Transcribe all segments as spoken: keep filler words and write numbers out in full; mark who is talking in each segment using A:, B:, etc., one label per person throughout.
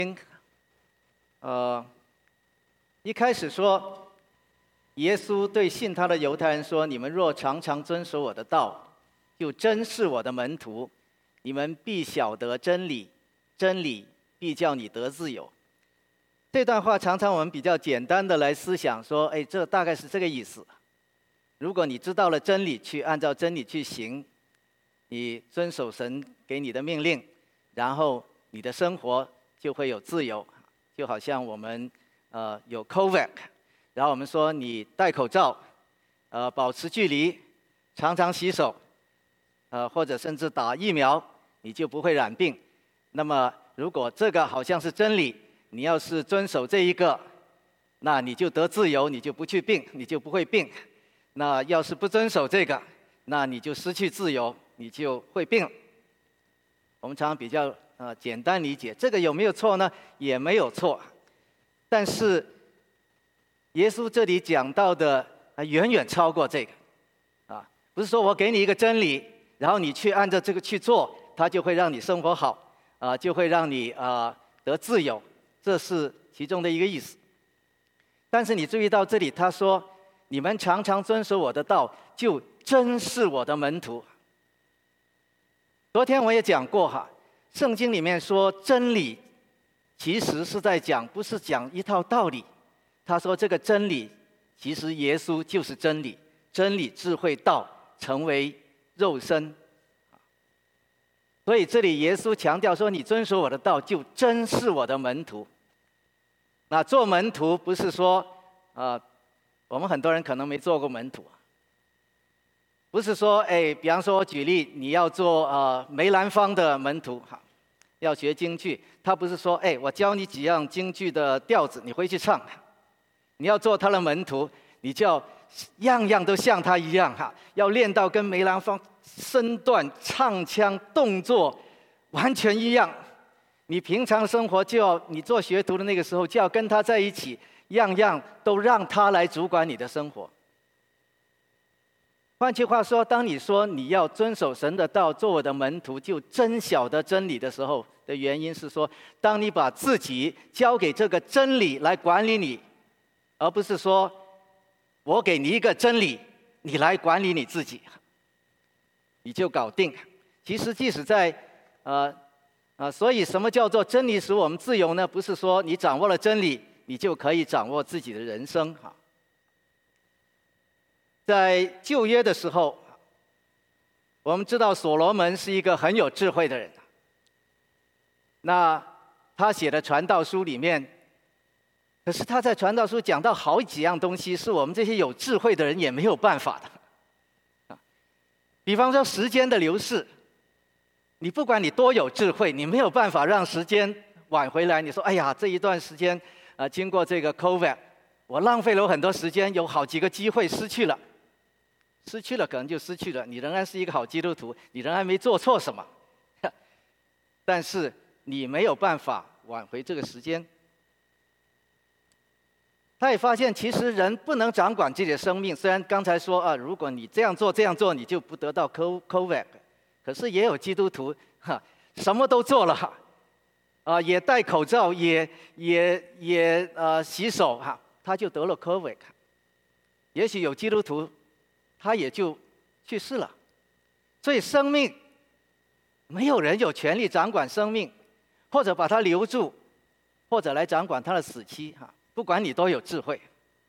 A: 呃，一开始说，耶稣对信他的犹太人说：“你们若常常遵守我的道，就真是我的门徒。你们必晓得真理，真理必叫你得自由。”这段话常常我们比较简单的来思想说，哎，这大概是这个意思。如果你知道了真理，去按照真理去行，你遵守神给你的命令，然后你的生活就会有自由。就好像我们呃有 COVID， 然后我们说你戴口罩，呃保持距离，常常洗手，呃或者甚至打疫苗，你就不会染病。那么如果这个好像是真理，你要是遵守这一个，那你就得自由，你就不去病，你就不会病。那要是不遵守这个，那你就失去自由，你就会病。我们常常比较呃简单理解，这个有没有错呢？也没有错。但是耶稣这里讲到的啊远远超过这个啊，不是说我给你一个真理，然后你去按照这个去做，它就会让你生活好啊，就会让你啊得自由，这是其中的一个意思。但是你注意到这里，他说：“你们常常遵守我的道，就真是我的门徒。”昨天我也讲过哈，圣经里面说真理，其实是在讲，不是讲一套道理。他说这个真理，其实耶稣就是真理，真理、智慧、道成为肉身。所以这里耶稣强调说，你遵守我的道，就真是我的门徒。那做门徒不是说，呃，我们很多人可能没做过门徒。不是说，哎，比方说我举例，你要做呃梅兰芳的门徒哈，要学京剧，他不是说，哎，我教你几样京剧的调子，你回去唱。你要做他的门徒，你就要样样都像他一样哈，要练到跟梅兰芳身段、唱腔、动作完全一样。你平常生活就要，你做学徒的那个时候就要跟他在一起，样样都让他来主管你的生活。换句话说，当你说你要遵守神的道，做我的门徒，就真晓得真理的时候的原因是说，当你把自己交给这个真理来管理你，而不是说我给你一个真理，你来管理你自己，你就搞定。其实即使在呃呃，所以什么叫做真理使我们自由呢？不是说你掌握了真理，你就可以掌握自己的人生哈。在旧约的时候，我们知道所罗门是一个很有智慧的人。那他写的传道书里面，可是他在传道书讲到好几样东西，是我们这些有智慧的人也没有办法的。比方说时间的流逝，你不管你多有智慧，你没有办法让时间挽回来。你说，哎呀，这一段时间，呃，经过这个 COVID， 我浪费了很多时间，有好几个机会失去了。失去了可能就失去了，你仍然是一个好基督徒，你仍然没做错什么，但是你没有办法挽回这个时间。他也发现，其实人不能掌管自己的生命。虽然刚才说啊，如果你这样做这样做，你就不得到 COVID， 可是也有基督徒哈，什么都做了，啊，也戴口罩，也也也呃洗手哈，他就得了 COVID。也许有基督徒，他也就去世了。所以生命，没有人有权利掌管生命，或者把它留住，或者来掌管他的死期哈。不管你多有智慧，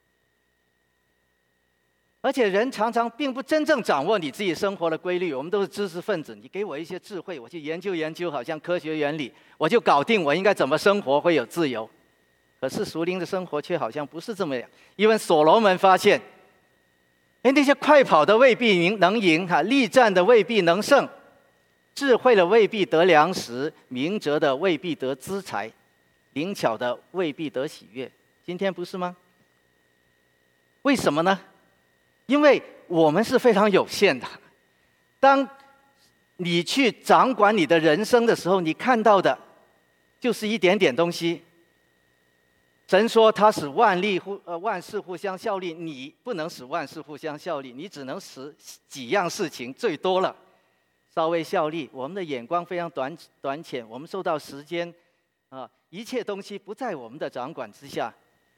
A: 而且人常常并不真正掌握你自己生活的规律。我们都是知识分子，你给我一些智慧，我去研究研究，好像科学原理，我就搞定我应该怎么生活会有自由。可是属灵的生活却好像不是这么样。因为所罗门发现，哎，那些快跑的未必能赢哈，力战的未必能胜，智慧的未必得粮食，明哲的未必得资财，灵巧的未必得喜悦。今天不是吗？为什么呢？因为我们是非常有限的。当你去掌管你的人生的时候，你看到的就是一点点东西。神说他使万力互呃万事互相效力，你不能使万事互相效力，你只能使几样事情最多了稍微效力。我们的眼光非常短短浅，我们受到时间啊、呃、 一切东西不在我们的掌管之下。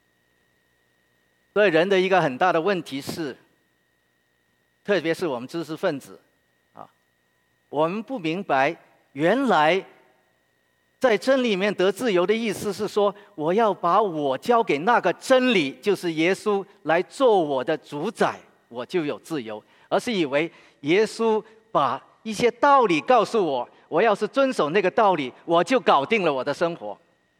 A: 所以人的一个很大的问题是，特别是我们知识分子啊，我们不明白原来在真理里面得自由的意思是说，我要把我交给那个真理，就是耶稣来做我的主宰，我就有自由。而是以为耶稣把一些道理告诉我，我要是遵守那个道理，我就搞定了我的生活。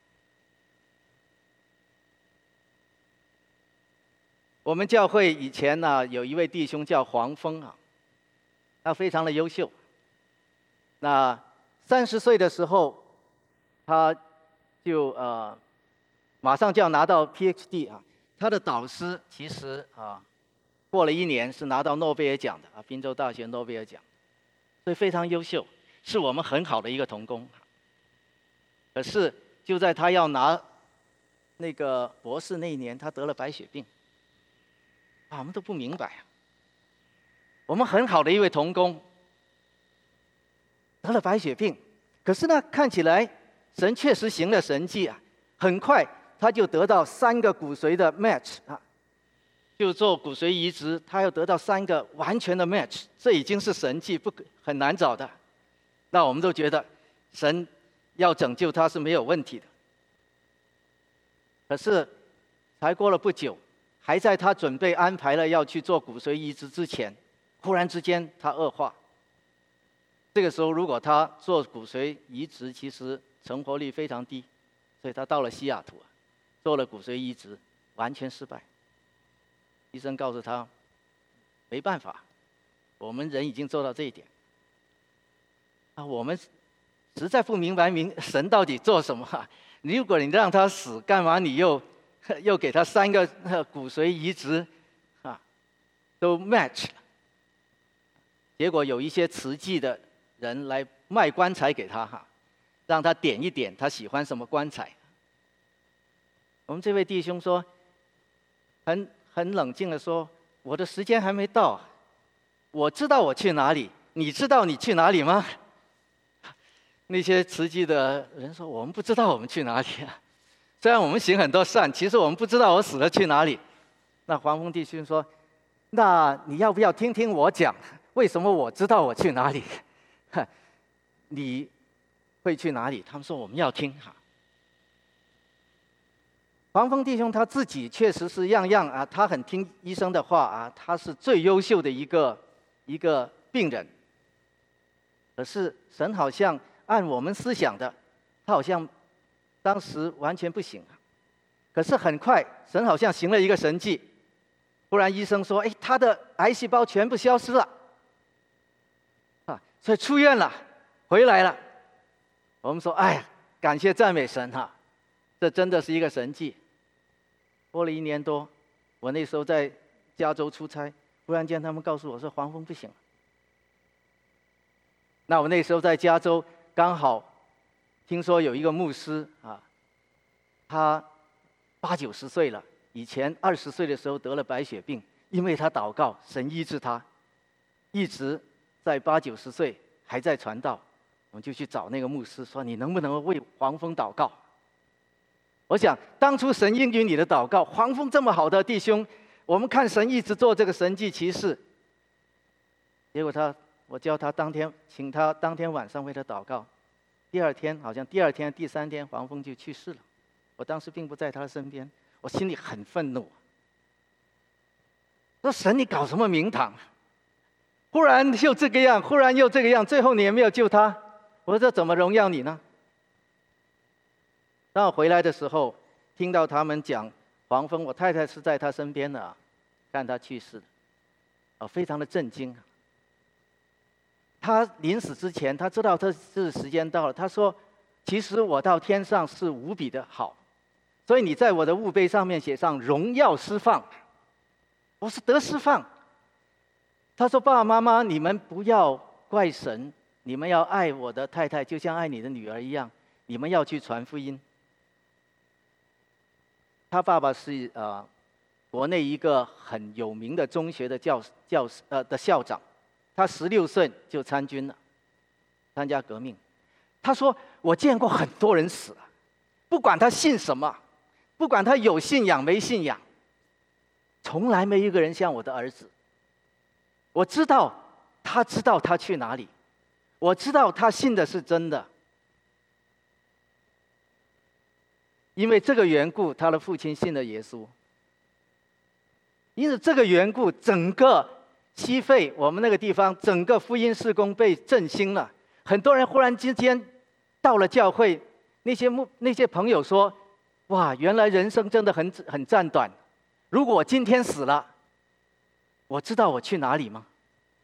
A: 我们教会以前呢、啊，有一位弟兄叫黄峰啊，他非常的优秀。那三十岁的时候，他就呃马上就要拿到 P H D 啊。他的导师其实啊，过了一年是拿到诺贝尔奖的啊，宾州大学诺贝尔奖，所以非常优秀，是我们很好的一个同工。可是就在他要拿那个博士那一年，他得了白血病。啊，我们都不明白啊！我们很好的一位同工得了白血病，可是呢，看起来神确实行了神迹啊！很快他就得到三个骨髓的 match 啊，就做骨髓移植，他要得到三个完全的 match， 这已经是神迹，不很难找的。那我们都觉得神要拯救他是没有问题的。可是才过了不久。还在他准备安排了要去做骨髓移植之前，忽然之间他恶化。这个时候，如果他做骨髓移植，其实成活率非常低，所以他到了西雅图，做了骨髓移植，完全失败。医生告诉他，没办法，我们人已经做到这一点。啊，我们实在不明白明神到底做什么啊？如果你让他死，干嘛你又？又给他三个骨髓移植，啊，都 match 了。结果有一些慈济的人来卖棺材给他哈，让他点一点他喜欢什么棺材。我们这位弟兄说，很很冷静的说：“我的时间还没到，我知道我去哪里，你知道你去哪里吗？”那些慈济的人说：“我们不知道我们去哪里啊。”虽然我们行很多善，其实我们不知道我死了去哪里。那黄峰弟兄说：“那你要不要听听我讲？为什么我知道我去哪里？你会去哪里？”他们说：“我们要听哈。”黄峰弟兄他自己确实是样样啊，他很听医生的话啊，他是最优秀的一个一个病人。可是神好像按我们思想的，他好像。当时完全不行，可是很快神好像行了一个神迹，忽然医生说：“哎，他的癌细胞全部消失了，啊，所以出院了，回来了。”我们说：“哎呀，感谢赞美神哈、啊，这真的是一个神迹。”过了一年多，我那时候在加州出差，忽然间他们告诉我说黄峰不行了。那我那时候在加州，刚好。听说有一个牧师啊，他八九十岁了，以前二十岁的时候得了白血病，因为他祷告，神医治他，一直在八九十岁还在传道。我们就去找那个牧师说：“你能不能为黄峰祷告？”我想当初神应允你的祷告，黄峰这么好的弟兄，我们看神一直做这个神迹奇事。结果他，我叫他当天，请他当天晚上为他祷告。第二天，好像第二天、第三天，黄峰就去世了。我当时并不在他身边，我心里很愤怒。说神，你搞什么名堂？忽然又这个样，忽然又这个样，最后你也没有救他。我说这怎么荣耀你呢？当我回来的时候，听到他们讲黄峰，我太太是在他身边的啊，看他去世了，啊，非常的震惊。他临死之前，他知道这是时间到了。他说：“其实我到天上是无比的好，所以你在我的墓碑上面写上荣耀释放。”我是得释放。他说：“爸爸妈妈，你们不要怪神，你们要爱我的太太，就像爱你的女儿一样。你们要去传福音。”他爸爸是呃，国内一个很有名的中学的教教呃的校长。他十六岁就参军了，参加革命。他说：“我见过很多人死了，不不管他信什么，不管他有信仰没信仰，从来没一个人像我的儿子。我知道他知道他去哪里，我知道他信的是真的。因为这个缘故，他的父亲信了耶稣。因此这个缘故，整个西非我们那个地方，整个福音事工被振兴了。很多人忽然之间到了教会，那些牧那些朋友说：“哇，原来人生真的很很暂短。如果我今天死了，我知道我去哪里吗？”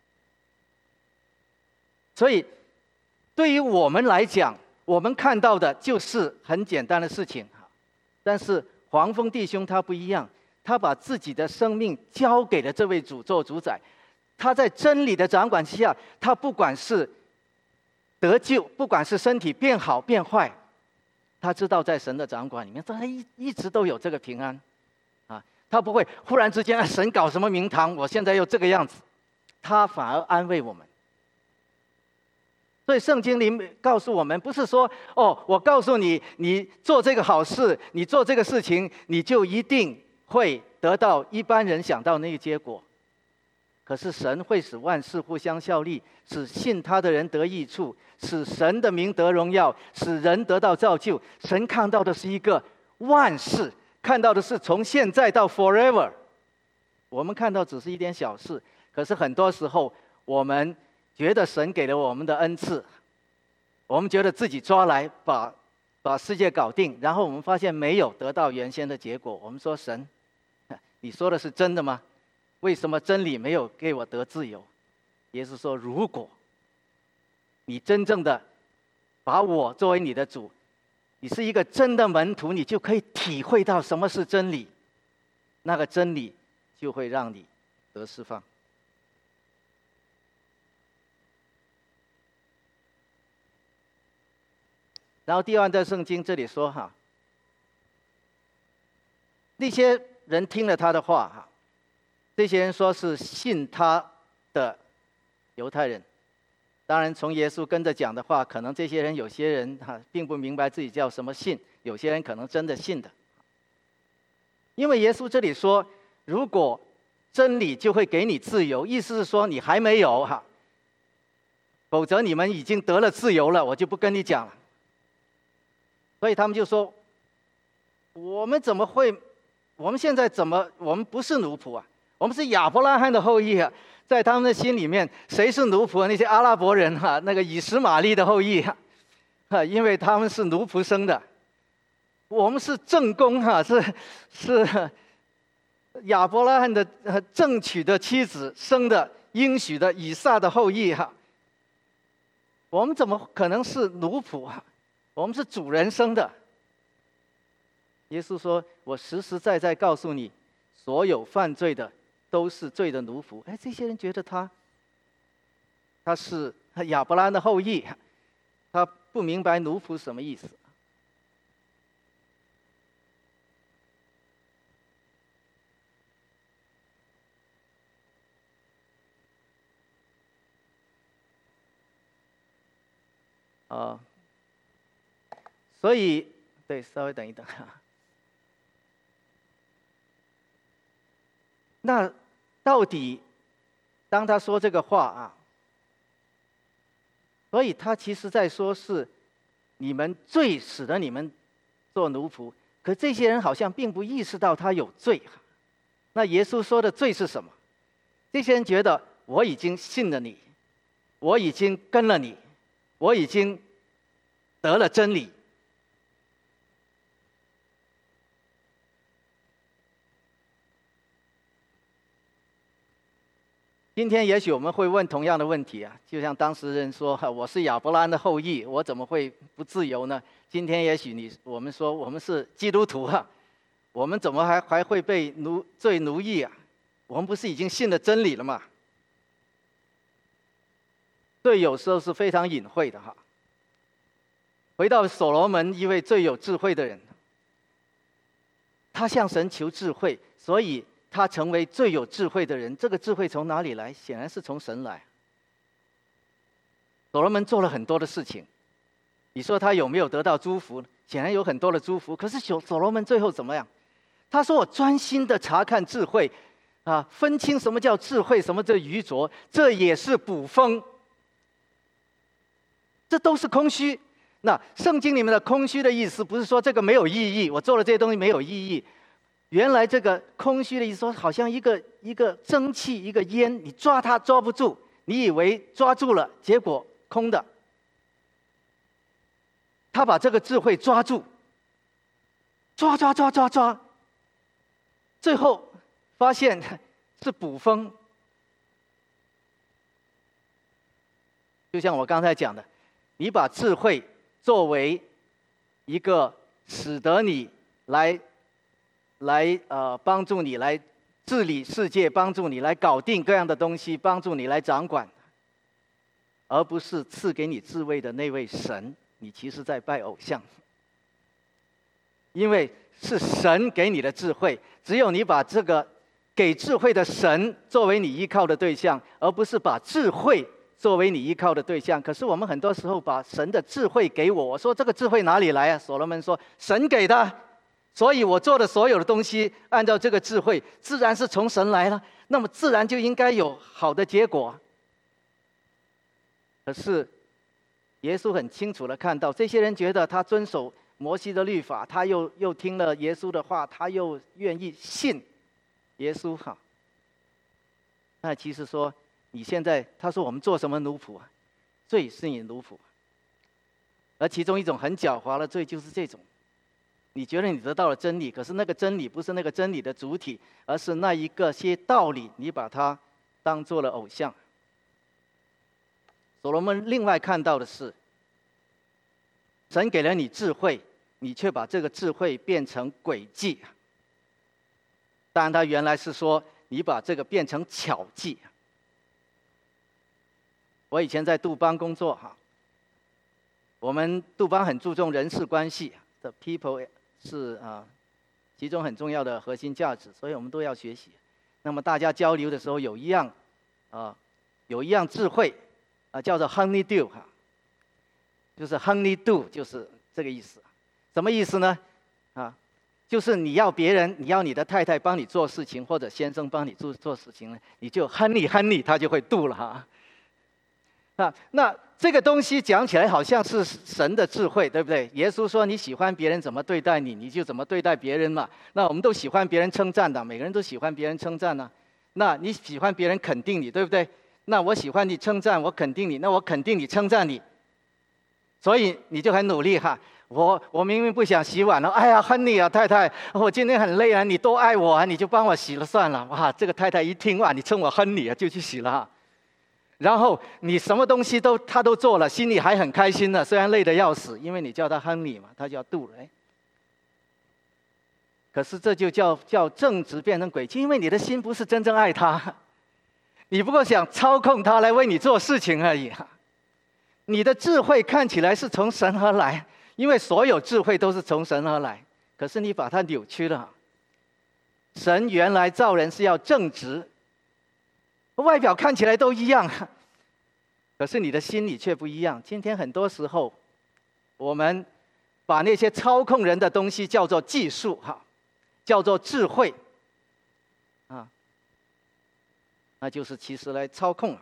A: 所以，对于我们来讲，我们看到的就是很简单的事情。但是黄蜂弟兄他不一样，他把自己的生命交给了这位主做主宰。他在真理的掌管之下，他不管是得救，不管是身体变好变坏，他知道在神的掌管里面，他一一直都有这个平安啊。他不会忽然之间啊，神搞什么名堂，我现在又这个样子，他反而安慰我们。所以圣经里告诉我们，不是说哦，我告诉你，你做这个好事，你做这个事情，你就一定会得到一般人想到那个结果。可是神会使万事互相效力，使信他的人得益处，使神的名得荣耀，使人得到造就。神看到的是一个万事，看到的是从现在到 forever。我们看到只是一点小事，可是很多时候我们觉得神给了我们的恩赐，我们觉得自己抓来把把世界搞定，然后我们发现没有得到原先的结果。我们说神，你说的是真的吗？为什么真理没有给我得自由？耶稣说，如果你真正的把我作为你的主，你是一个真的门徒，你就可以体会到什么是真理，那个真理就会让你得释放。然后第二段圣经这里说哈，那些人听了他的话哈，这些人说是信他的犹太人。当然从耶稣跟着讲的话，可能这些人有些人哈并不明白自己叫什么信，有些人可能真的信的。因为耶稣这里说，如果真理就会给你自由，意思是说你还没有哈，否则你们已经得了自由了，我就不跟你讲了。所以他们就说，我们怎么会，我们现在怎么，我们不是奴仆啊，我们是亚伯拉罕的后裔啊。在他们的心里面，谁是奴仆？那些阿拉伯人哈、啊，那个以实玛利的后裔哈、啊，因为他们是奴仆生的。我们是正宫哈、啊，是是亚伯拉罕的正娶的妻子生的应许的以撒的后裔哈、啊。我们怎么可能是奴仆啊？我们是主人生的。耶稣说：“我实实在在告诉你，所有犯罪的都是罪的奴仆。”哎，这些人觉得他他是亚伯拉罕的后裔，他不明白奴仆什么意思。啊、呃。所以，对，稍微等一等。那到底，当他说这个话啊，所以他其实在说是你们罪使得你们做奴仆，可这些人好像并不意识到他有罪。那耶稣说的罪是什么？这些人觉得我已经信了你，我已经跟了你，我已经得了真理。今天也许我们会问同样的问题啊，就像当时人说：“我是亚伯拉罕的后裔，我怎么会不自由呢？”今天也许你我们说我们是基督徒啊，我们怎么还还会被奴罪奴役啊？我们不是已经信了真理了吗？罪有时候是非常隐晦的哈。回到所罗门，一位最有智慧的人，他向神求智慧，所以他成为最有智慧的人。这个智慧从哪里来？显然是从神来。所罗门做了很多的事情，你说他有没有得到祝福？ 显然有很多的祝福。可是所所罗门最后怎么样？他说：“我专心的查看智慧，啊，分清什么叫智慧，什么叫愚拙，这也是补风。这都是空虚。那圣经里面的空虚的意思，不是说这个没有意义，我做了这些东西没有意义。原来这个空虚的意思说，好像一个一个蒸汽，一个烟，你抓它抓不住，你以为抓住了，结果空的。他把这个智慧抓住，抓抓抓抓抓，最后发现是捕风。就像我刚才讲的，你把智慧作为一个使得你来来呃帮助你来治理世界，帮助你来搞定各样的东西，帮助你来掌管，而不是赐给你智慧的那位神，你其实在拜偶像。因为是神给你的智慧，只有你把这个给智慧的神作为你依靠的对象，而不是把智慧作为你依靠的对象。可是我们很多时候把神的智慧给我，我说这个智慧哪里来啊？所罗门说神给的，所以我做的所有的东西按照这个智慧，自然是从神来了，那么自然就应该有好的结果。可是耶稣很清楚地看到，这些人觉得他遵守摩西的律法，他又又听了耶稣的话，他又愿意信耶稣哈。那其实说你现在，他说我们做什么奴仆啊？罪是你奴仆。而其中一种很狡猾的罪就是这种，你觉得你得到了真理，可是那个真理不是那个真理的主体，而是那一个些道理，你把它当做了偶像。所罗门另外看到的是，神给了你智慧，你却把这个智慧变成诡计。当然他原来是说你把这个变成巧计。我以前在杜邦工作哈，我们杜邦很注重人事关系的 people 是啊其中很重要的核心价值，所以我们都要学习。那么大家交流的时候有一样啊有一样智慧啊叫做 honey do 哈，就是 honey do 就是这个意思。什么意思呢？啊，就是你要别人，你要你的太太帮你做事情，或者先生帮你做做事情呢，你就 honey honey 他就会 do 了哈。啊，那这个东西讲起来好像是神的智慧，对不对？耶稣说你喜欢别人怎么对待你，你就怎么对待别人嘛。那我们都喜欢别人称赞的，每个人都喜欢别人称赞呢。那你喜欢别人肯定你，对不对？那我喜欢你称赞，我肯定你，那我肯定你称赞你，所以你就很努力哈。我我明明不想洗碗了，哎呀，恨你啊，太太，我今天很累啊，你多爱我啊，你就帮我洗了算了。哇，这个太太一听哇，你称我恨你啊，就去洗了哈。然后你什么东西都他都做了，心里还很开心呢，虽然累得要死，因为你叫他恨你嘛，他就要度了。可是这就叫叫正直变成诡计，因为你的心不是真正爱他，你不过想操控他来为你做事情而已。你的智慧看起来是从神而来，因为所有智慧都是从神而来，可是你把它扭曲了。神原来造人是要正直，外表看起来都一样，可是你的心里却不一样。今天很多时候，我们把那些操控人的东西叫做技术哈，叫做智慧，啊，那就是其实来操控。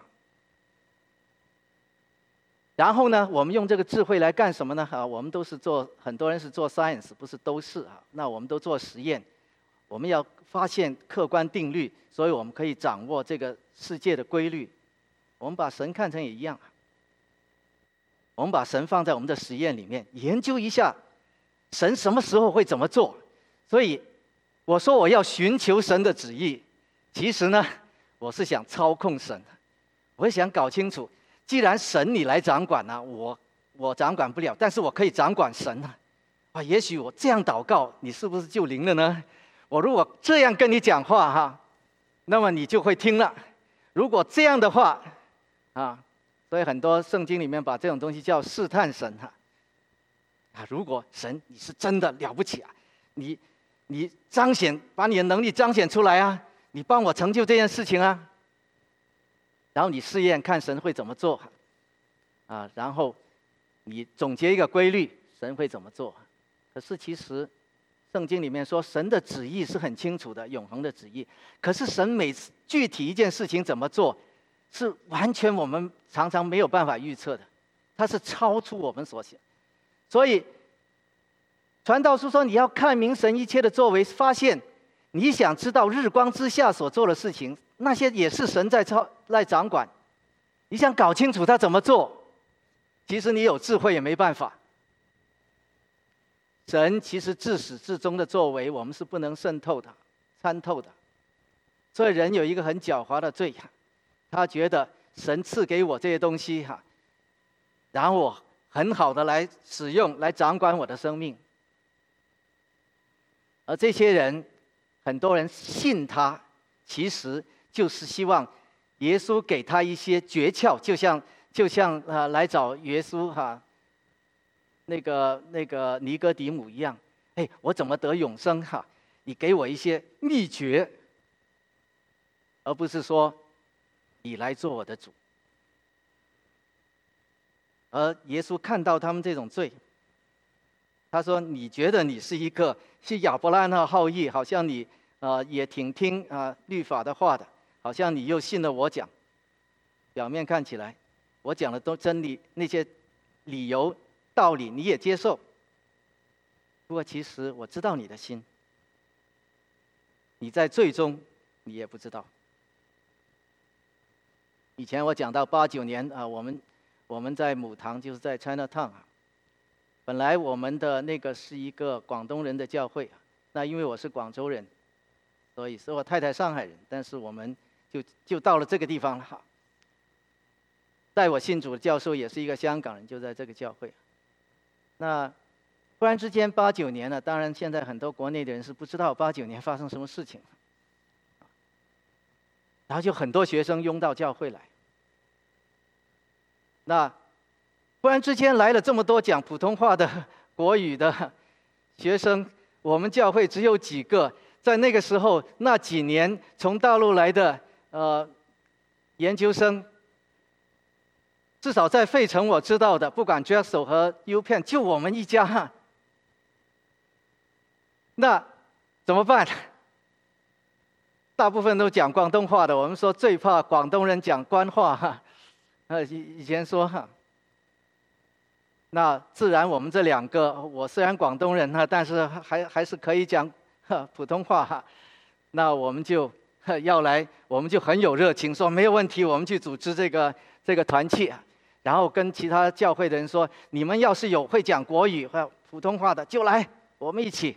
A: 然后呢，我们用这个智慧来干什么呢？啊，我们都是做，很多人是做 science， 不是都是啊。那我们都做实验，我们要发现客观定律，所以我们可以掌握这个世界的规律。我们把神看成也一样，我们把神放在我们的实验里面，研究一下神什么时候会怎么做。所以我说我要寻求神的旨意，其实呢，我是想操控神，我想搞清楚。既然神你来掌管啊，我我掌管不了，但是我可以掌管神啊！啊，也许我这样祷告，你是不是就灵了呢？我如果这样跟你讲话哈，那么你就会听了。如果这样的话，啊，所以很多圣经里面把这种东西叫试探神哈。啊，如果神你是真的了不起啊，你你彰显把你的能力彰显出来啊，你帮我成就这件事情啊。然后你试验看神会怎么做，啊，然后你总结一个规律，神会怎么做？ 可是其实圣经里面说，神的旨意是很清楚的，永恒的旨意。可是神每次具体一件事情怎么做，是完全我们常常没有办法预测的，它是超出我们所想。所以传道书说，你要看明神一切的作为，发现你想知道日光之下所做的事情，那些也是神在操在掌管。你想搞清楚他怎么做，其实你有智慧也没办法。神其实自始至终的作为，我们是不能渗透的、参透的。所以人有一个很狡猾的罪，他觉得神赐给我这些东西哈，然后我很好的来使用，来掌管我的生命。而这些人，很多人信他，其实就是希望耶稣给他一些诀窍，就像就像啊来找耶稣哈。那个那个尼哥底母一样，哎，我怎么得永生哈？你给我一些秘诀，而不是说你来做我的主。而耶稣看到他们这种罪，他说：“你觉得你是一个是亚伯拉罕的后裔，好像你呃也挺听啊、呃、律法的话的，好像你又信了我讲。表面看起来，我讲的都真理，那些理由。”道理你也接受，不过其实我知道你的心，你在最终你也不知道。以前我讲到八九年啊，我们我们在母堂就是在 Chinatown 啊，本来我们的那个是一个广东人的教会，那因为我是广州人，所以是我太太上海人，但是我们就就到了这个地方了哈。带我信主的教授也是一个香港人，就在这个教会。那忽然之间八九年了，当然现在很多国内的人是不知道八九年发生什么事情，然后就很多学生拥到教会来。那忽然之间来了这么多讲普通话的国语的学生，我们教会只有几个。在那个时候那几年从大陆来的呃研究生。至少在费城我知道的，不管 Drexel 和 UPenn， 就我们一家。那怎么办？大部分都讲广东话的，我们说最怕广东人讲官话哈。呃，以以前说哈。那自然我们这两个，我虽然广东人哈，但是还还是可以讲普通话哈。那我们就要来，我们就很有热情，说没有问题，我们去组织这个这个团契。然后跟其他教会的人说，你们要是有会讲国语或普通话的，就来，我们一起。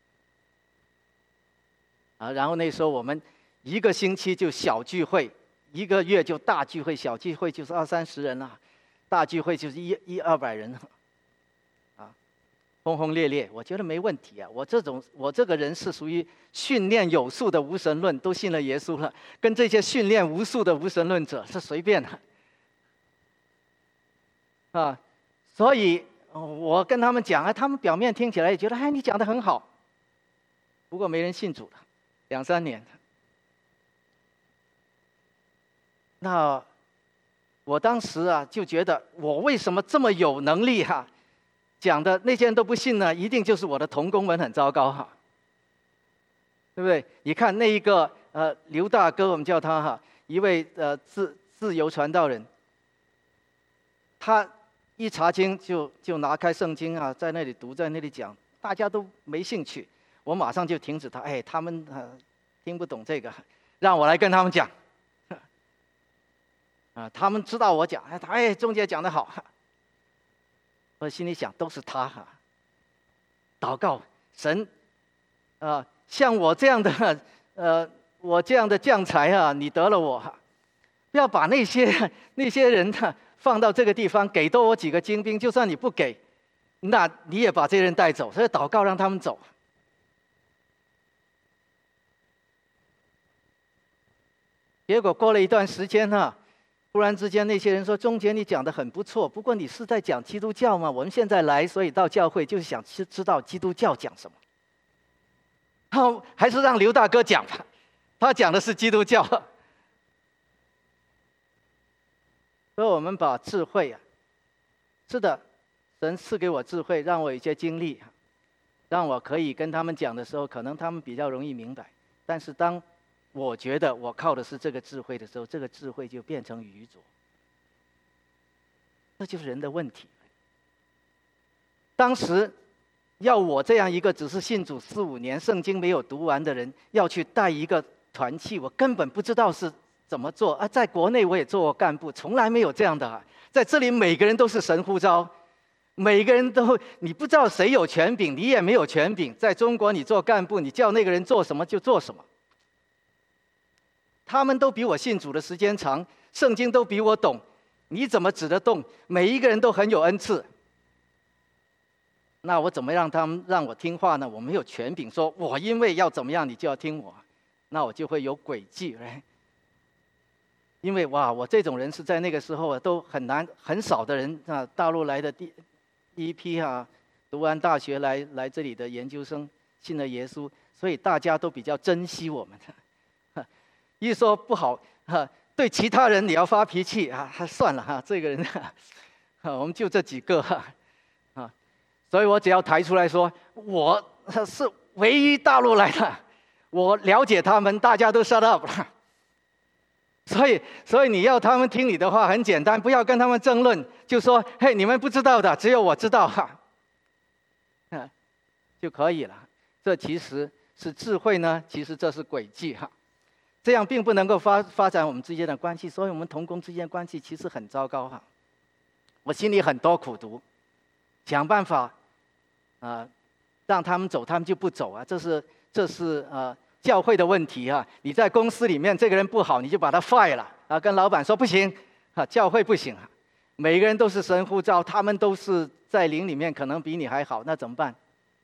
A: 啊，然后那时候我们一个星期就小聚会，一个月就大聚会，小聚会就是二三十人了，大聚会就是一一二百人，啊，轰轰烈烈，我觉得没问题啊。我这种我这个人是属于训练有素的无神论，都信了耶稣了，跟这些训练无素的无神论者是随便的。啊，所以我跟他们讲啊，他们表面听起来也觉得，哎，你讲得很好。不过没人信主了，两三年。那我当时啊就觉得，我为什么这么有能力哈、啊？讲的那些人都不信呢，一定就是我的同工们很糟糕哈、啊，对不对？你看那一个呃刘大哥，我们叫他哈，一位呃自自由传道人，他。一查经就就拿开圣经啊，在那里读，在那里讲，大家都没兴趣，我马上就停止他。哎，他们、呃、听不懂这个，让我来跟他们讲。啊，他们知道我讲，哎，哎，钟姐讲得好。我心里想，都是他哈。祷告神，啊、呃，像我这样的，呃，我这样的将才啊，你得了我，不要把那些那些人呢。放到这个地方，给多我几个精兵，就算你不给，那你也把这些人带走。所以祷告让他们走。结果过了一段时间呢，忽然之间那些人说：“钟杰，你讲得很不错，不过你是在讲基督教吗？我们现在来，所以到教会就是想知知道基督教讲什么。”好，还是让刘大哥讲吧，他讲的是基督教。所以我们把智慧啊，是的，神赐给我智慧，让我有一些经历。 让我可以跟他们讲的时候，可能他们比较容易明白。但是当我觉得我靠的是这个智慧的时候，这个智慧就变成愚拙。那就是人的问题。当时要我这样一个只是信主四五年、圣经没有读完的人，要去带一个团契，我根本不知道是怎么做啊！在国内我也做过干部，从来没有这样的、啊。在这里每个人都是神呼召，每个人都你不知道谁有权柄，你也没有权柄。在中国，你做干部，你叫那个人做什么就做什么。他们都比我信主的时间长，圣经都比我懂，你怎么指得动？每一个人都很有恩赐。那我怎么让他们让我听话呢？我没有权柄说，我因为要怎么样，你就要听我。那我就会有诡计，因为哇，我这种人是在那个时候啊，都很难，很少的人啊，大陆来的第第一批啊，读完大学来来这里的研究生，信了耶稣，所以大家都比较珍惜我们。一说不好，对其他人你要发脾气啊，算了哈，这个人啊，我们就这几个哈。所以我只要抬出来说，我是唯一大陆来的，我了解他们，大家都 shut up 了。所以，所以你要他们听你的话很简单，不要跟他们争论，就说：“嘿，你们不知道的，只有我知道哈。”嗯，就可以了。这其实是智慧呢，其实这是诡计哈。这样并不能够发发展我们之间的关系，所以我们同工之间的关系其实很糟糕哈。我心里很多苦毒，想办法。啊、呃，让他们走，他们就不走啊！这是这是呃教会的问题啊！你在公司里面，这个人不好，你就把他 fire 了啊！跟老板说不行啊，教会不行啊！每个人都是神呼召，他们都是在灵里面可能比你还好，那怎么办？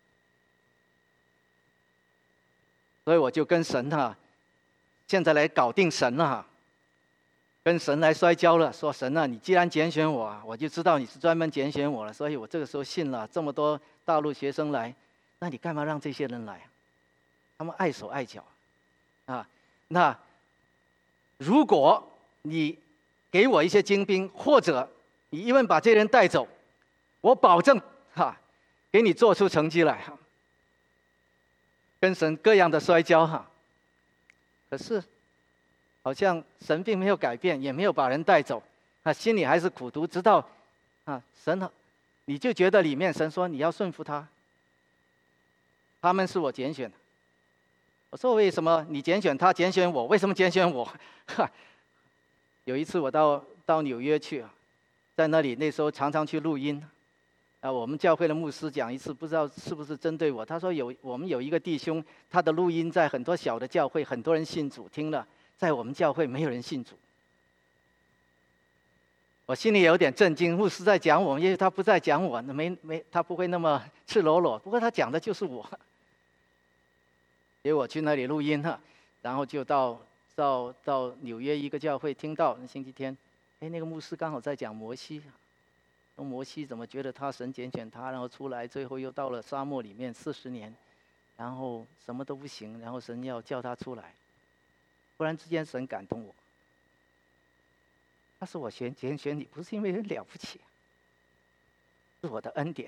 A: 所以我就跟神啊，现在来搞定神了、啊，跟神来摔跤了，说神啊，你既然拣选我，我就知道你是专门拣选我了，所以我这个时候信了。这么多大陆学生来，那你干嘛让这些人来？他们碍手碍脚，啊，那如果你给我一些精兵，或者你一问把这些人带走，我保证哈、啊，给你做出成绩来哈。跟神各样的摔跤哈，可是好像神并没有改变，也没有把人带走，啊，心里还是苦毒，直到啊神，你就觉得里面神说你要顺服他，他们是我拣选的。我说为什么你拣选他，拣选我？为什么拣选我？哈，有一次我到到纽约去啊，在那里那时候常常去录音。啊，我们教会的牧师讲一次，不知道是不是针对我。他说有我们有一个弟兄，他的录音在很多小的教会，很多人信主听了，在我们教会没有人信主。我心里有点震惊，牧师在讲我们，因为他不在讲我，没没他不会那么赤裸裸。不过他讲的就是我。结果我去那里录音哈，然后就到到到纽约一个教会听到星期天，哎，那个牧师刚好在讲摩西。摩西怎么觉得他神拣选他，然后出来，最后又到了沙漠里面四十年，然后什么都不行，然后神要叫他出来。忽然之间神感动我，他说我选拣选你，不是因为人了不起，是我的恩典。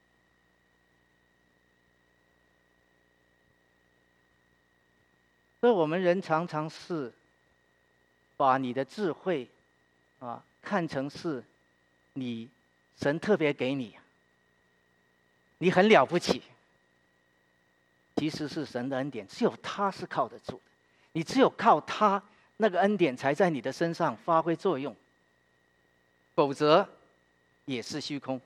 A: 所以我们人常常是把你的智慧啊看成是你。神特别给你，你很了不起。其实是神的恩典，只有他是靠得住的。你只有靠他，那个恩典才在你的身上发挥作用，否则也是虚空。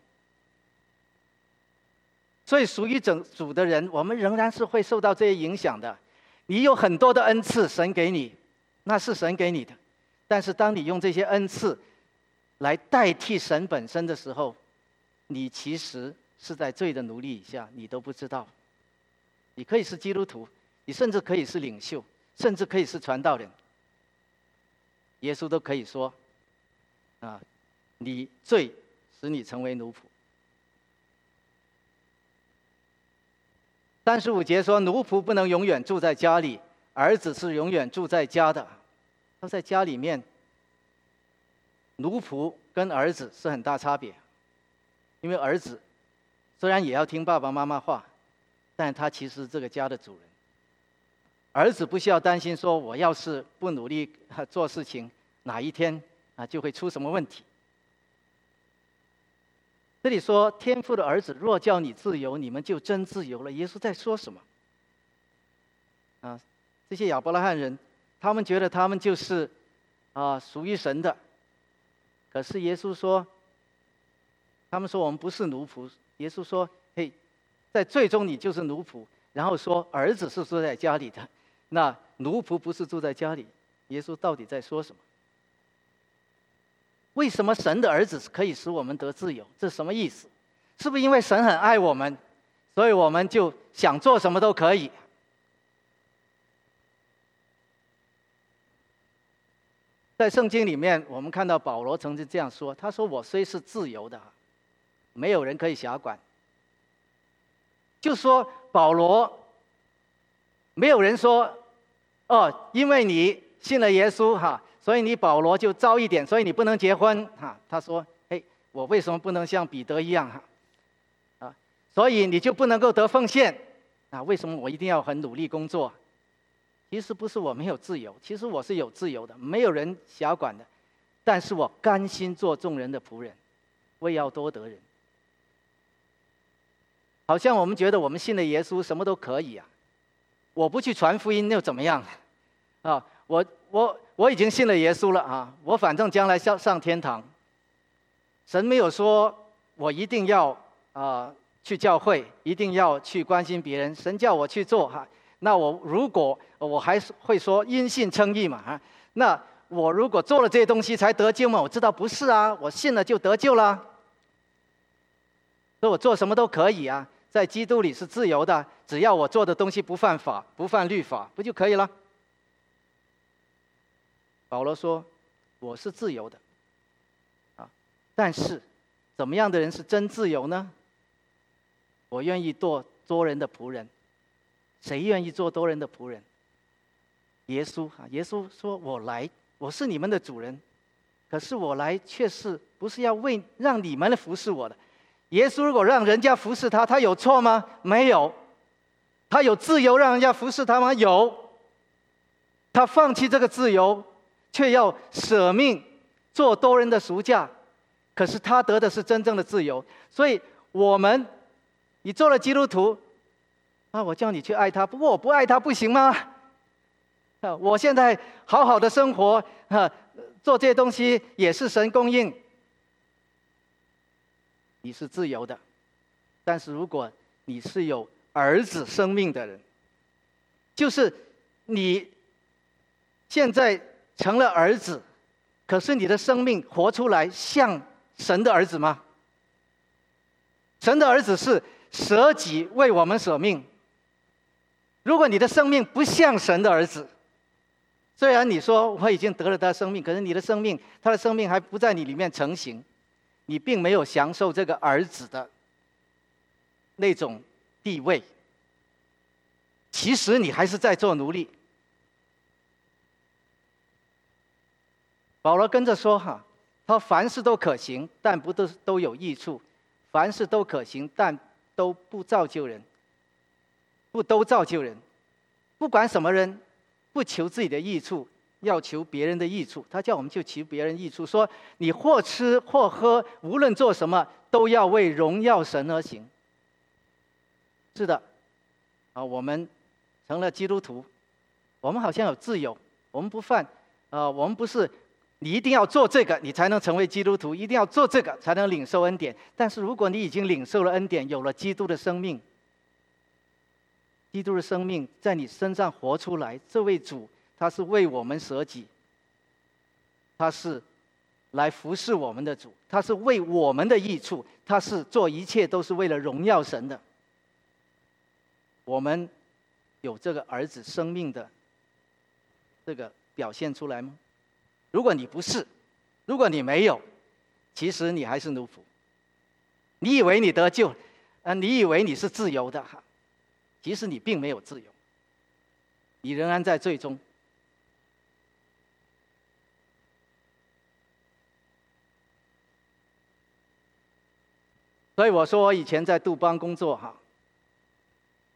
A: 所以属于整主的人，我们仍然是会受到这些影响的。你有很多的恩赐，神给你，那是神给你的。但是当你用这些恩赐来代替神本身的时候，你其实是在罪的奴隶以下，你都不知道。你可以是基督徒，你甚至可以是领袖，甚至可以是传道人。耶稣都可以说：“啊，你罪使你成为奴仆。”三十五节说，奴仆不能永远住在家里，儿子是永远住在家的。他在家里面。奴仆跟儿子是很大差别，因为儿子虽然也要听爸爸妈妈话， 但他其实是这个家的主人。儿子不需要担心说，我要是不努力做事情，哪一天啊就会出什么问题。这里说天父的儿子若叫你自由，你们就真自由了。耶稣在说什么？啊，这些亚伯拉罕人，他们觉得他们就是啊属于神的，可是耶稣说，他们说我们不是奴仆。耶稣说，嘿，在最终你就是奴仆。然后说儿子是住在家里的，那奴仆不是住在家里。耶稣到底在说什么？为什么神的儿子可以使我们得自由？这是什么意思？是不是因为神很爱我们，所以我们就想做什么都可以？在圣经里面，我们看到保罗曾经这样说：“他说我虽是自由的，没有人可以辖管。”就说保罗，没有人说，哦，因为你信了耶稣哈。所以你保罗就糟一点，所以你不能结婚哈。他说：“嘿，我为什么不能像彼得一样哈？啊，所以你就不能够得奉献啊？为什么我一定要很努力工作？其实不是我没有自由，其实我是有自由的，没有人辖管的，但是我甘心做众人的仆人，为要多得人。好像我们觉得我们信了耶稣，什么都可以啊。我不去传福音又怎么样啊？我我。”我已经信了耶稣了啊！我反正将来上上天堂。神没有说我一定要啊、呃、去教会，一定要去关心别人。神叫我去做哈，那我如果我还是会说因信称义嘛哈。那我如果做了这些东西才得救吗？我知道不是啊，我信了就得救了。所以我做什么都可以啊，在基督里是自由的，只要我做的东西不犯法、不犯律法，不就可以了？保罗说：“我是自由的，啊，但是怎么样的人是真自由呢？我愿意做多人的仆人。谁愿意做多人的仆人？耶稣啊！耶稣说：我来，我是你们的主人，可是我来却是不是要为让你们来服侍我的？耶稣如果让人家服侍他，他有错吗？没有。他有自由让人家服侍他吗？有。他放弃这个自由。”却要舍命做多人的赎价，可是他得的是真正的自由。所以我们，你做了基督徒，啊，我叫你去爱他，不过我不爱他不行吗？啊，我现在好好的生活，啊，做这些东西也是神供应。你是自由的，但是如果你是有儿子生命的人，就是你现在成了儿子，可是你的生命活出来像神的儿子吗？神的儿子是舍己为我们舍命。如果你的生命不像神的儿子，虽然你说我已经得了他的生命，可是你的生命，他的生命还不在你里面成型，你并没有享受这个儿子的那种地位。其实你还是在做奴隶。保罗跟着说哈，他凡事都可行，但不都都有益处；凡事都可行，但都不造就人，不都造就人。不管什么人，不求自己的益处，要求别人的益处。他叫我们就求别人益处，说你或吃或喝，无论做什么，都要为荣耀神而行。是的，啊，我们成了基督徒，我们好像有自由，我们不犯，啊，我们不是。你一定要做这个，你才能成为基督徒；一定要做这个，才能领受恩典。但是如果你已经领受了恩典，有了基督的生命，基督的生命在你身上活出来，这位主他是为我们舍己，他是来服侍我们的主，他是为我们的益处，他是做一切都是为了荣耀神的。我们有这个儿子生命的这个表现出来吗？如果你不是，如果你没有，其实你还是奴仆。你以为你得救，呃，你以为你是自由的，其实你并没有自由，你仍然在罪中。所以我说，我以前在杜邦工作哈，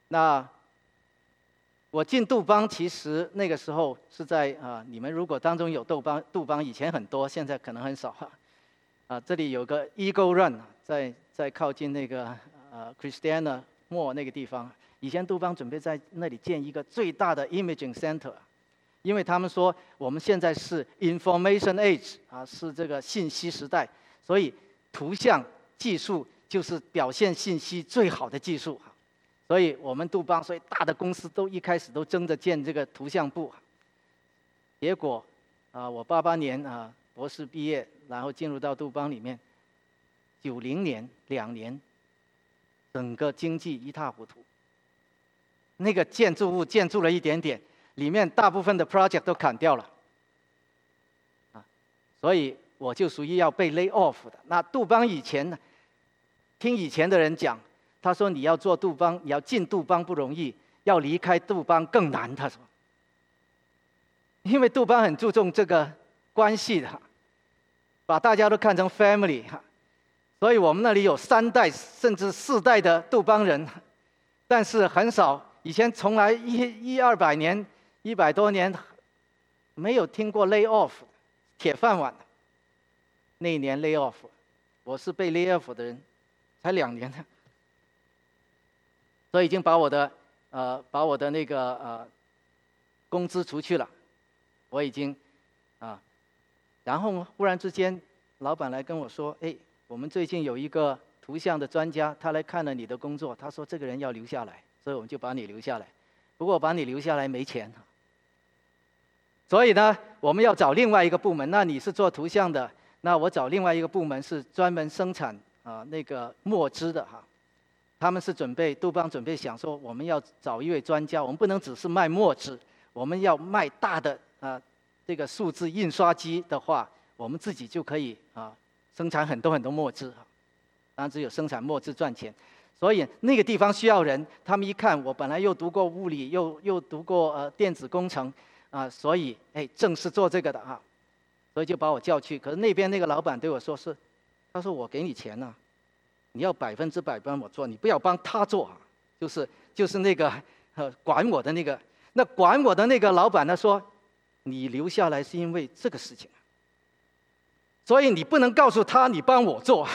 A: 那我进杜邦，其实那个时候是在啊、呃，你们如果当中有杜邦，杜邦以前很多，现在可能很少哈。啊，这里有个 Eagle Run， 在在靠近那个呃 Christiana Mall 那个地方。以前杜邦准备在那里建一个最大的 Imaging Center， 因为他们说我们现在是 Information Age 啊，是这个信息时代，所以图像技术就是表现信息最好的技术。所以我们杜邦，所以大的公司都一开始都争着建这个图像部。结果啊，我八八年啊博士毕业，然后进入到杜邦里面，九零年两年，整个经济一塌糊涂。那个建筑物建筑了一点点，里面大部分的 project 都砍掉了，啊，所以我就属于要被 lay off 的。那杜邦以前呢，听以前的人讲。他说：“你要做杜邦，你要进杜邦不容易，要离开杜邦更难。”他说：“因为杜邦很注重这个关系的，把大家都看成 family 哈，所以我们那里有三代甚至四代的杜邦人，但是很少，以前从来一一二百年、一百多年没有听过 lay off 铁饭碗。那一年 lay off， 我是被 lay off 的人，才两年呢。”所以已经把我的呃把我的那个呃工资除去了，我已经啊，然后忽然之间，老板来跟我说：“哎，我们最近有一个图像的专家，他来看了你的工作，他说这个人要留下来，所以我们就把你留下来。不过把你留下来没钱，所以呢，我们要找另外一个部门。那你是做图像的，那我找另外一个部门是专门生产啊那个墨汁的哈。”他们是准备杜邦准备想说，我们要找一位专家，我们不能只是卖墨汁，我们要卖大的啊、呃、这个数字印刷机的话，我们自己就可以啊、呃、生产很多很多墨汁，当然只有生产墨汁赚钱。所以那个地方需要人，他们一看我本来又读过物理，又又读过呃电子工程啊、呃，所以哎正是做这个的啊，所以就把我叫去。可是那边那个老板对我说是，他说我给你钱呢、啊。你要百分之百帮我做，你不要帮他做啊！就是就是那个呃管我的那个，那管我的那个老板呢说，你留下来是因为这个事情，所以你不能告诉他你帮我做。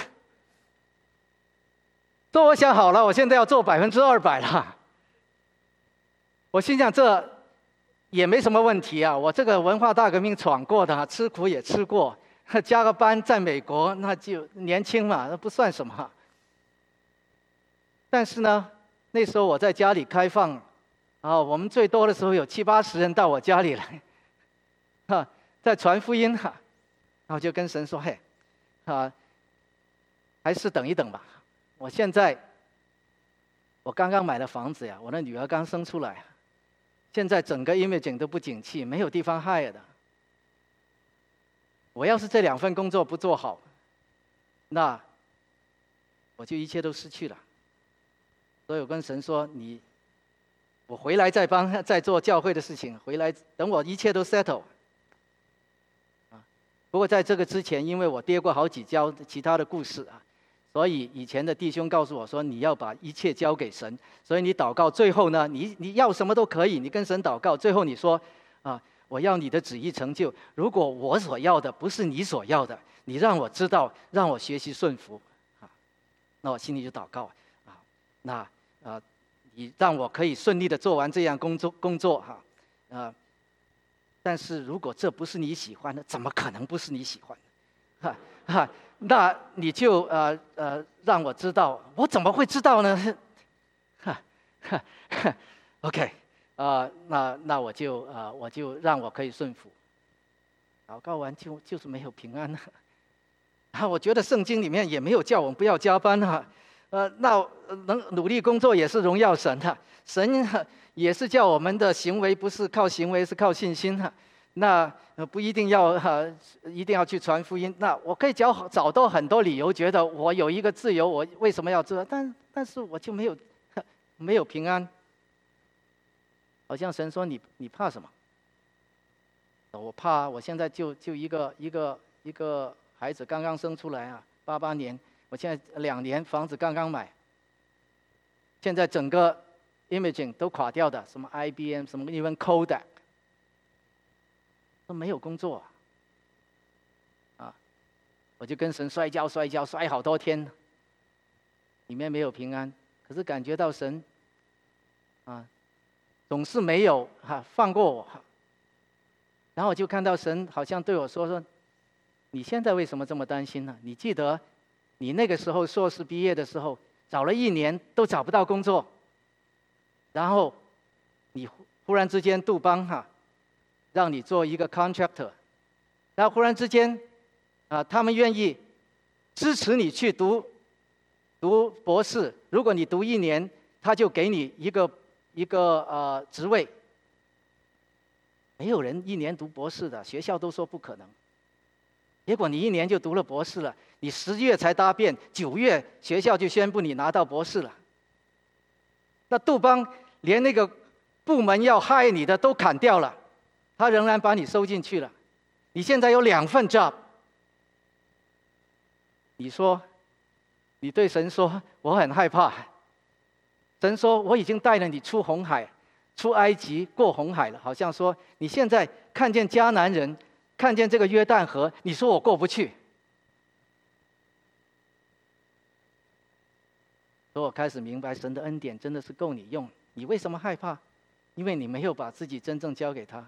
A: 所以我想好了，我现在要做百分之二百了。我心想这也没什么问题啊，我这个文化大革命闯过的，吃苦也吃过，加个班在美国那就年轻嘛，那不算什么。但是呢，那时候我在家里开放，啊，我们最多的时候有七八十人到我家里来，哈，在传福音哈，然后就跟神说：“嘿，啊，还是等一等吧。我现在，我刚刚买了房子呀，我的女儿刚生出来，现在整个imaging都不景气，没有地方 hire 的。我要是这两份工作不做好，那我就一切都失去了。”所以我跟神说：“你，我回来再帮再做教会的事情，回来等我一切都 settle。”啊，不过在这个之前，因为我跌过好几跤其他的故事啊，所以以前的弟兄告诉我说：“你要把一切交给神。”所以你祷告，最后呢，你你要什么都可以，你跟神祷告，最后你说：“啊，我要你的旨意成就。如果我所要的不是你所要的，你让我知道，让我学习顺服。”啊，那我心里就祷告啊，那。啊，你让我可以顺利的做完这样工作工作哈，啊，但是如果这不是你喜欢的，怎么可能不是你喜欢的？哈哈，那你就呃呃让我知道，我怎么会知道呢？哈哈哈 ，OK， 啊、呃，那那我就啊、呃、我就让我可以顺服。祷告完就就是没有平安了，啊，我觉得圣经里面也没有叫我们不要加班哈。呃，那能努力工作也是荣耀神的，神也是叫我们的行为不是靠行为，是靠信心的。那不一定要哈、呃，一定要去传福音。那我可以找找到很多理由，觉得我有一个自由，我为什么要这？但但是我就没有没有平安。好像神说你你怕什么？我怕，我现在就就一个一个一个孩子刚刚生出来啊，八八年。我现在两年房子刚刚买，现在整个 imaging 都垮掉的，什么 I B M， 什么 even Kodak， 都没有工作啊！啊我就跟神摔跤摔跤摔好多天，里面没有平安，可是感觉到神啊总是没有哈、啊、放过我。然后我就看到神好像对我说说，你现在为什么这么担心呢？你记得你那个时候硕士毕业的时候，找了一年都找不到工作，然后你忽忽然之间杜邦哈、啊、让你做一个 contractor， 然后忽然之间啊他们愿意支持你去读读博士，如果你读一年，他就给你一个一个呃职位。没有人一年读博士的，学校都说不可能。结果你一年就读了博士了，你十月才答辩，九月学校就宣布你拿到博士了。那杜邦连那个部门要害你的都砍掉了，他仍然把你收进去了。你现在有两份 job， 你说，你对神说我很害怕。神说我已经带了你出红海。出埃及过红海了，好像说你现在看见迦南人，看见这个约旦河，你说我过不去。所以我开始明白神的恩典真的是够你用。你为什么害怕？因为你没有把自己真正交给他。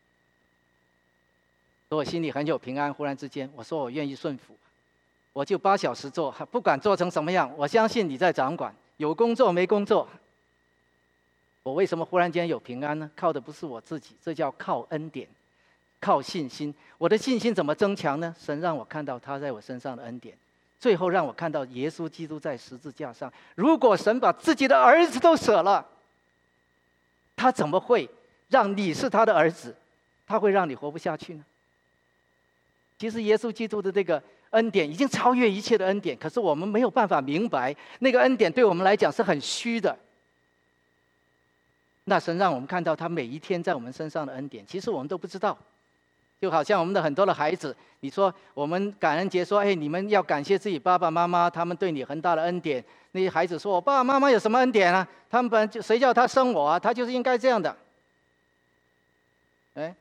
A: 所以我心里很有平安。忽然之间，我说我愿意顺服，我就八小时做，不管做成什么样，我相信你在掌管。有工作没工作。我为什么忽然间有平安呢？靠的不是我自己，这叫靠恩典，靠信心。我的信心怎么增强呢？神让我看到他在我身上的恩典，最后让我看到耶稣基督在十字架上。如果神把自己的儿子都舍了，他怎么会让你是他的儿子？他会让你活不下去呢？其实耶稣基督的这个恩典已经超越一切的恩典，可是我们没有办法明白，那个恩典对我们来讲是很虚的。那神让我们看到他每一天在我们身上的恩典，其实我们都不知道。就好像我们的很多的孩子，你说我们感恩节说，哎，你们要感谢自己爸爸妈妈，他们对你很大的恩典。那些孩子说，我爸爸妈妈有什么恩典啊？他们本就谁叫他生我啊？他就是应该这样的。哎，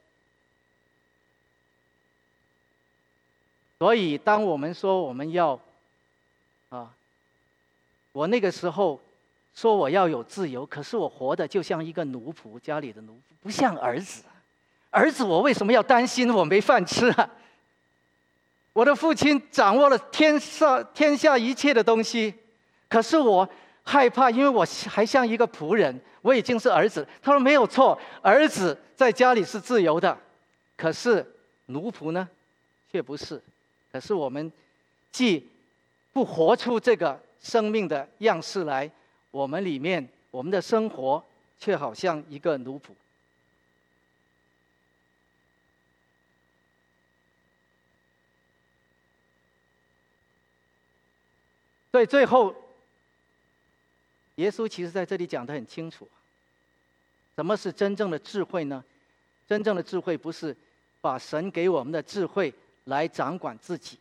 A: 所以当我们说我们要啊，我那个时候说我要有自由，可是我活的就像一个奴仆，家里的奴仆，不像儿子。儿子，我为什么要担心我没饭吃啊？我的父亲掌握了天上天下一切的东西，可是我害怕，因为我还像一个仆人，我已经是儿子。他说没有错，儿子在家里是自由的，可是奴仆呢，却不是。可是我们既不活出这个生命的样式来，我们里面我们的生活却好像一个奴仆。所以最后，耶稣其实在这里讲得很清楚，什么是真正的智慧呢？真正的智慧不是把神给我们的智慧来掌管自己，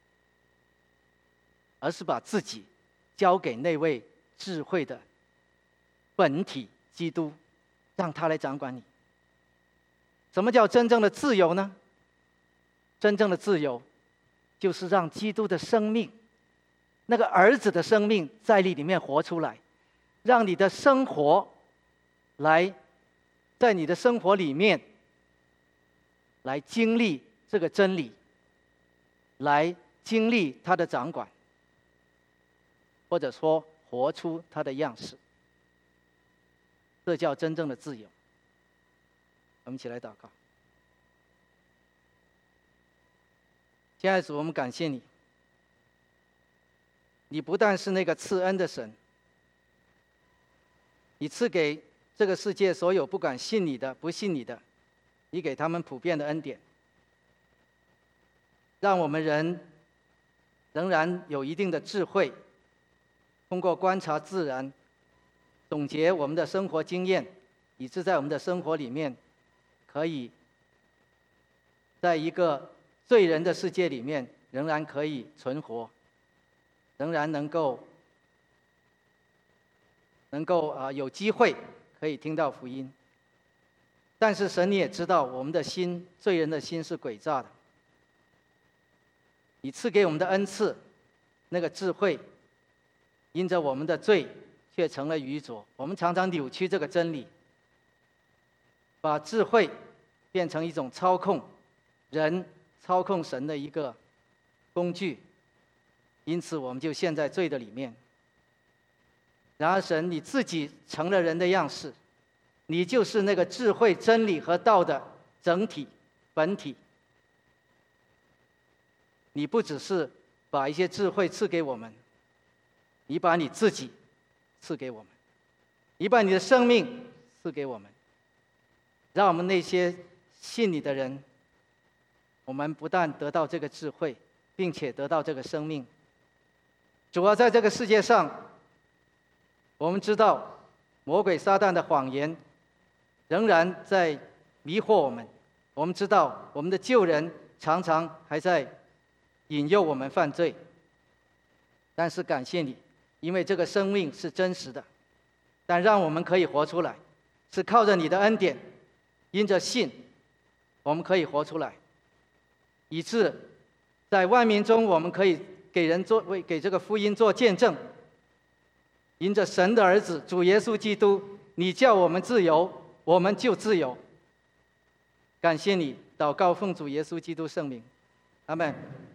A: 而是把自己交给那位智慧的本体基督，让他来掌管你。什么叫真正的自由呢？真正的自由就是让基督的生命，那个儿子的生命在你里面活出来，让你的生活来在你的生活里面来经历这个真理，来经历他的掌管，或者说活出他的样式，这叫真正的自由。我们一起来祷告。亲爱的主，我们感谢你，你不但是那个赐恩的神，你赐给这个世界所有不敢信你的、不信你的，你给他们普遍的恩典，让我们人仍然有一定的智慧，通过观察自然，总结我们的生活经验，以致在我们的生活里面，可以在一个罪人的世界里面，仍然可以存活，仍然能够能够啊有机会可以听到福音。但是神你也知道，我们的心，罪人的心是诡诈的。你赐给我们的恩赐，那个智慧，因着我们的罪，却成了愚拙。我们常常扭曲这个真理，把智慧变成一种操控人、操控神的一个工具，因此我们就陷在罪的里面。然而神你自己成了人的样式，你就是那个智慧、真理和道的整体本体。你不只是把一些智慧赐给我们，你把你自己赐给我们，你把你的生命赐给我们，让我们那些信你的人，我们不但得到这个智慧，并且得到这个生命。主要在这个世界上，我们知道魔鬼撒旦的谎言仍然在迷惑我们，我们知道我们的旧人常常还在引诱我们犯罪。但是感谢你，因为这个生命是真实的，但让我们可以活出来，是靠着你的恩典，因着信我们可以活出来，以致在万民中我们可以给人做为给这个福音做见证。因着神的儿子主耶稣基督，你叫我们自由，我们就自由。感谢你，祷告奉主耶稣基督圣名，阿们。